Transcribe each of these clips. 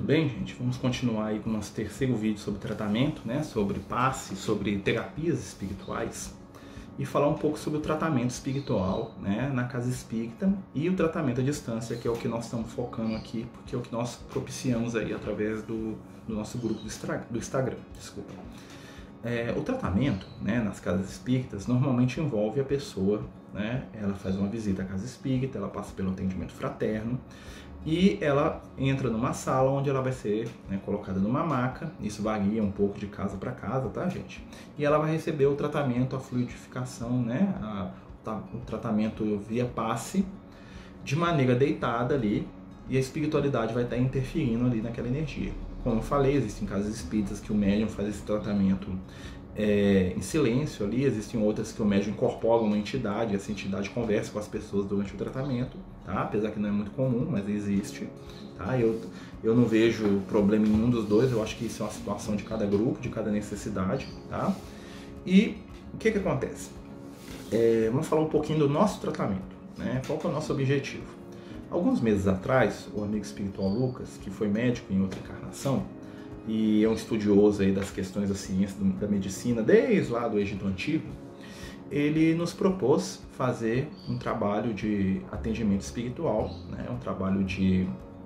bem, gente? Vamos continuar aí com o nosso terceiro vídeo sobre tratamento, né? Sobre passe, sobre terapias espirituais e falar um pouco sobre o tratamento espiritual, né? Na casa espírita e o tratamento à distância, que é o que nós estamos focando aqui, porque é o que nós propiciamos aí através do nosso grupo do Instagram, desculpa. O tratamento, né, nas casas espíritas normalmente envolve a pessoa, né? Ela faz uma visita à casa espírita, ela passa pelo atendimento fraterno e ela entra numa sala onde ela vai ser, né, colocada numa maca. Isso varia um pouco de casa para casa, tá, gente? E ela vai receber o tratamento, a fluidificação, né, o tratamento via passe, de maneira deitada ali, e a espiritualidade vai estar interferindo ali naquela energia. Como eu falei, existem casas espíritas que o médium faz esse tratamento em silêncio ali, existem outras que o médium incorpora uma entidade, essa entidade conversa com as pessoas durante o tratamento, tá? Apesar que não é muito comum, mas existe, tá? Eu não vejo problema em nenhum dos dois, eu acho que isso é uma situação de cada grupo, de cada necessidade, tá? E o que acontece? Vamos falar um pouquinho do nosso tratamento, né? Qual que é o nosso objetivo? Alguns meses atrás, o amigo espiritual Lucas, que foi médico em outra encarnação, e é um estudioso aí das questões da ciência, da medicina, desde lá do Egito Antigo, ele nos propôs fazer um trabalho de atendimento espiritual, né? Um trabalho de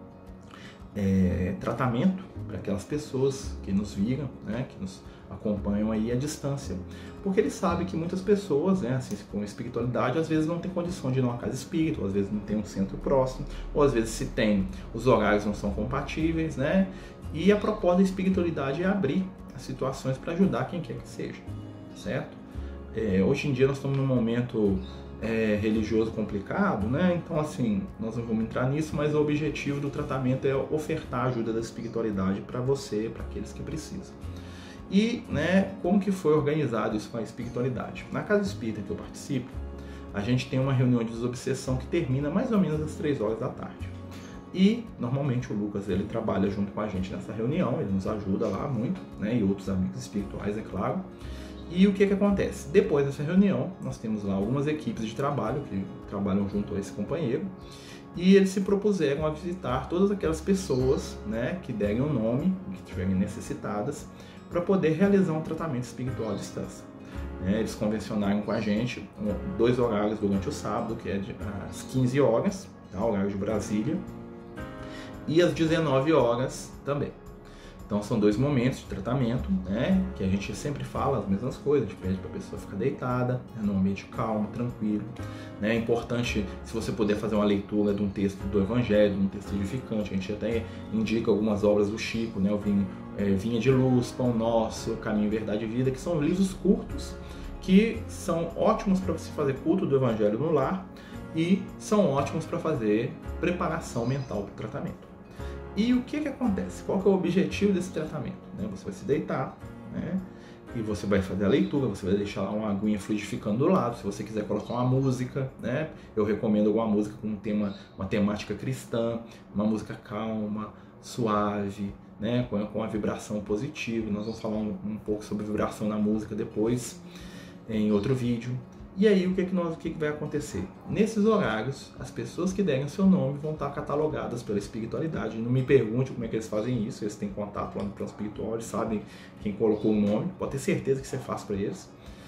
tratamento para aquelas pessoas que nos viram, né? Que nos acompanham aí à distância. Porque ele sabe que muitas pessoas, né, assim, com espiritualidade, às vezes não tem condição de ir numa casa espírita, ou às vezes não tem um centro próximo, ou às vezes se tem, os horários não são compatíveis, né? E a proposta da espiritualidade é abrir as situações para ajudar quem quer que seja, certo? Hoje em dia nós estamos num momento religioso complicado, né? Então, assim, nós não vamos entrar nisso, mas o objetivo do tratamento é ofertar a ajuda da espiritualidade para você, para aqueles que precisam. E, né, como que foi organizado isso com a espiritualidade? Na casa espírita que eu participo, a gente tem uma reunião de desobsessão que termina mais ou menos às 3 horas da tarde. E, normalmente, o Lucas, ele trabalha junto com a gente nessa reunião, ele nos ajuda lá muito, né, e outros amigos espirituais, é claro. E o que acontece? Depois dessa reunião, nós temos lá algumas equipes de trabalho que trabalham junto a esse companheiro, e eles se propuseram a visitar todas aquelas pessoas, né, que derem um nome, que estiverem necessitadas, para poder realizar um tratamento espiritual à distância. Eles convencionaram com a gente 2 horários durante o sábado, que é às 15 horas, tá, horário de Brasília, e às 19 horas também. Então são 2 momentos de tratamento, né, que a gente sempre fala as mesmas coisas, a gente pede para a pessoa ficar deitada, né, num ambiente calmo, tranquilo. É importante, se você puder fazer uma leitura de um texto do Evangelho, um texto edificante, a gente até indica algumas obras do Chico, né, o Vinha de Luz, Pão Nosso, Caminho, Verdade e Vida, que são livros curtos, que são ótimos para você fazer culto do Evangelho no lar e são ótimos para fazer preparação mental para o tratamento. E o que acontece? Qual que é o objetivo desse tratamento? Você vai se deitar, né? E você vai fazer a leitura, você vai deixar lá uma aguinha fluidificando do lado. Se você quiser colocar uma música, né? Eu recomendo alguma música com uma temática cristã, uma música calma, suave, né? Com a vibração positiva. Nós vamos falar um pouco sobre vibração na música depois, em outro vídeo. E aí, o que vai acontecer? Nesses horários, as pessoas que derem o seu nome vão estar catalogadas pela espiritualidade. Não me pergunte como é que eles fazem isso, eles têm contato lá no plano espiritual, eles sabem quem colocou o nome, pode ter certeza que isso é fácil para eles.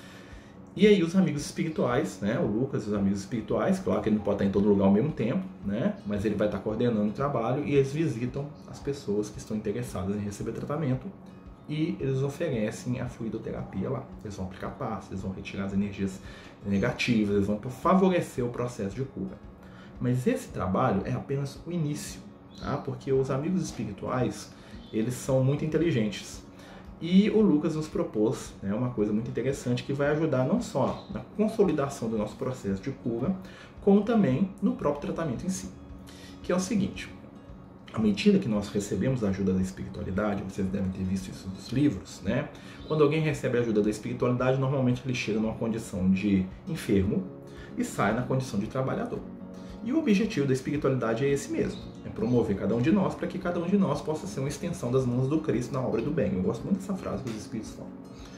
E aí, os amigos espirituais, né, o Lucas e os amigos espirituais, claro que ele não pode estar em todo lugar ao mesmo tempo, né, mas ele vai estar coordenando o trabalho e eles visitam as pessoas que estão interessadas em receber tratamento. E eles oferecem a fluidoterapia lá. Eles vão aplicar passes, eles vão retirar as energias negativas, eles vão favorecer o processo de cura. Mas esse trabalho é apenas o início, tá? Porque os amigos espirituais, eles são muito inteligentes. E o Lucas nos propôs, né, uma coisa muito interessante que vai ajudar não só na consolidação do nosso processo de cura, como também no próprio tratamento em si. Que é o seguinte: à medida que nós recebemos a ajuda da espiritualidade, vocês devem ter visto isso nos livros, né? Quando alguém recebe a ajuda da espiritualidade, normalmente ele chega numa condição de enfermo e sai na condição de trabalhador. E o objetivo da espiritualidade é esse mesmo, é promover cada um de nós para que cada um de nós possa ser uma extensão das mãos do Cristo na obra do bem. Eu gosto muito dessa frase que os Espíritos falam.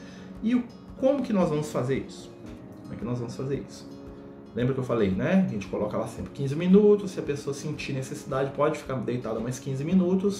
E como que nós vamos fazer isso? Como é que nós vamos fazer isso? Lembra que eu falei, né? A gente coloca lá sempre 15 minutos, se a pessoa sentir necessidade, pode ficar deitada mais 15 minutos,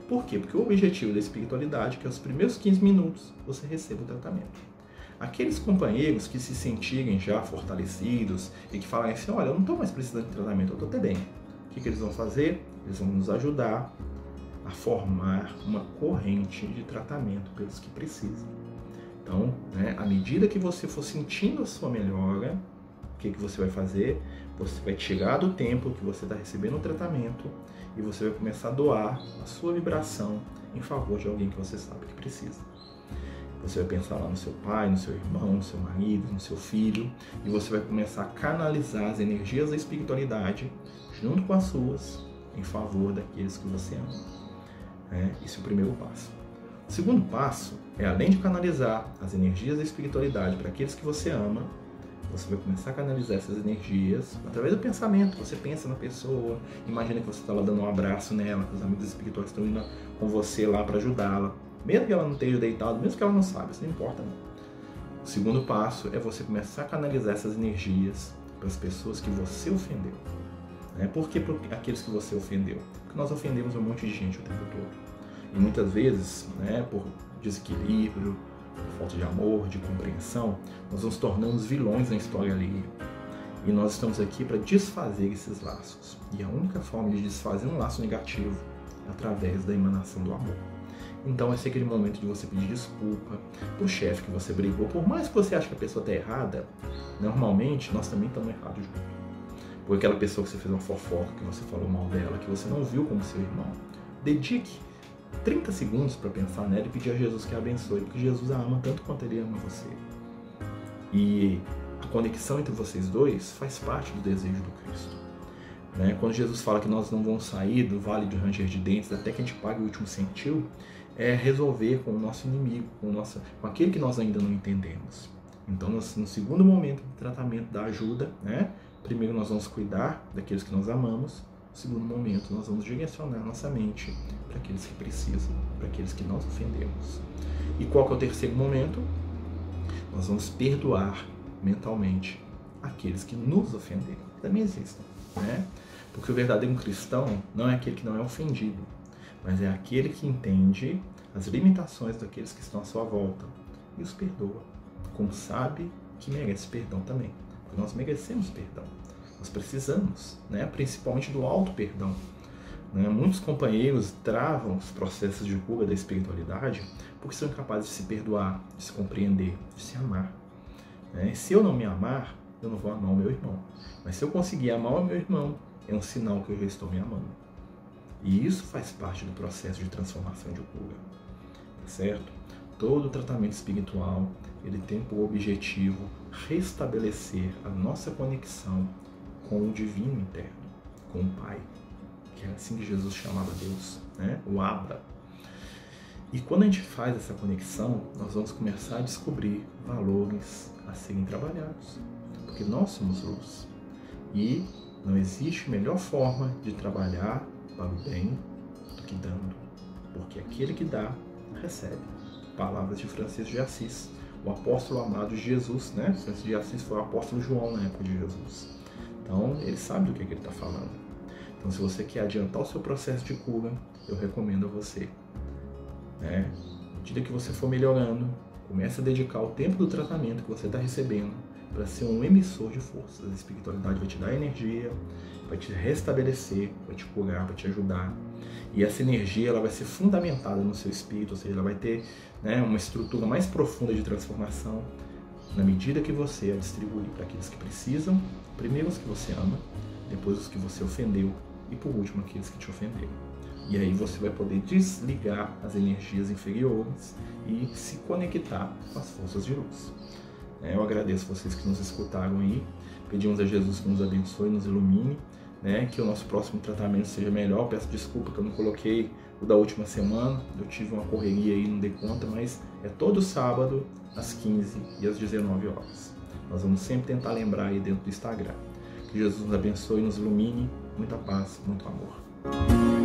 Por quê? Porque o objetivo da espiritualidade é que aos primeiros 15 minutos você receba o tratamento. Aqueles companheiros que se sentirem já fortalecidos e que falarem assim, olha, eu não estou mais precisando de tratamento, eu estou até bem. O que eles vão fazer? Eles vão nos ajudar a formar uma corrente de tratamento pelos que precisam. Então, à medida que você for sentindo a sua melhora, o que você vai fazer? Você vai tirar do tempo que você está recebendo o tratamento e você vai começar a doar a sua vibração em favor de alguém que você sabe que precisa. Você vai pensar lá no seu pai, no seu irmão, no seu marido, no seu filho, e você vai começar a canalizar as energias da espiritualidade junto com as suas em favor daqueles que você ama. Esse é o primeiro passo. O segundo passo é, além de canalizar as energias da espiritualidade para aqueles que você ama, você vai começar a canalizar essas energias através do pensamento. Você pensa na pessoa, imagina que você está lá dando um abraço nela, que os amigos espirituais estão indo com você lá para ajudá-la. Mesmo que ela não esteja deitada, mesmo que ela não saiba, isso não importa não. O segundo passo é você começar a canalizar essas energias para as pessoas que você ofendeu. Por que para aqueles que você ofendeu? Porque nós ofendemos um monte de gente o tempo todo. E muitas vezes, por desequilíbrio, por falta de amor, de compreensão, nós nos tornamos vilões na história alheia. E nós estamos aqui para desfazer esses laços. E a única forma de desfazer um laço negativo é através da emanação do amor. Então vai ser aquele momento de você pedir desculpa pro chefe que você brigou. Por mais que você ache que a pessoa está errada, normalmente nós também estamos errados juntos. Por aquela pessoa que você fez uma fofoca, que você falou mal dela, que você não viu como seu irmão. Dedique 30 segundos para pensar nela e pedir a Jesus que a abençoe, porque Jesus a ama tanto quanto ele ama você. E a conexão entre vocês dois faz parte do desejo do Cristo. Quando Jesus fala que nós não vamos sair do vale de ranger de dentes até que a gente pague o último centil, é resolver com o nosso inimigo, com aquele que nós ainda não entendemos. Então, no segundo momento do tratamento da ajuda, primeiro nós vamos cuidar daqueles que nós amamos, no segundo momento nós vamos direcionar nossa mente para aqueles que precisam, para aqueles que nós ofendemos. E qual que é o terceiro momento? Nós vamos perdoar mentalmente aqueles que nos ofenderam, que também existem. Porque o verdadeiro cristão não é aquele que não é ofendido, mas é aquele que entende as limitações daqueles que estão à sua volta e os perdoa, como sabe que merece perdão também, porque nós merecemos perdão, nós precisamos, principalmente do auto-perdão. Muitos companheiros travam os processos de cura da espiritualidade porque são incapazes de se perdoar, de se compreender, de se amar. Se eu não me amar, eu não vou amar o meu irmão. Mas se eu conseguir amar o meu irmão, é um sinal que eu já estou me amando. E isso faz parte do processo de transformação de cura. Certo? Todo tratamento espiritual, ele tem por objetivo restabelecer a nossa conexão com o divino interno, com o Pai, que é assim que Jesus chamava Deus, o Abba. E quando a gente faz essa conexão, nós vamos começar a descobrir valores a serem trabalhados. Porque nós somos luz. E não existe melhor forma de trabalhar para o bem do que dando. Porque aquele que dá, recebe. Palavras de Francisco de Assis, o apóstolo amado de Jesus, Francisco de Assis foi o apóstolo João na época de Jesus. Então, ele sabe do que ele está falando. Então, se você quer adiantar o seu processo de cura, eu recomendo a você. À medida que você for melhorando, comece a dedicar o tempo do tratamento que você está recebendo para ser um emissor de forças. A espiritualidade vai te dar energia, vai te restabelecer, vai te curar, vai te ajudar. E essa energia ela vai ser fundamentada no seu espírito, ou seja, ela vai ter uma estrutura mais profunda de transformação na medida que você a distribuir para aqueles que precisam, primeiro os que você ama, depois os que você ofendeu e por último aqueles que te ofenderam. E aí você vai poder desligar as energias inferiores e se conectar com as forças de luz. Eu agradeço vocês que nos escutaram aí, pedimos a Jesus que nos abençoe, nos ilumine, que o nosso próximo tratamento seja melhor. Peço desculpa que eu não coloquei o da última semana, eu tive uma correria aí, não dei conta, mas é todo sábado às 15 e às 19 horas. Nós vamos sempre tentar lembrar aí dentro do Instagram. Que Jesus nos abençoe, nos ilumine, muita paz, muito amor.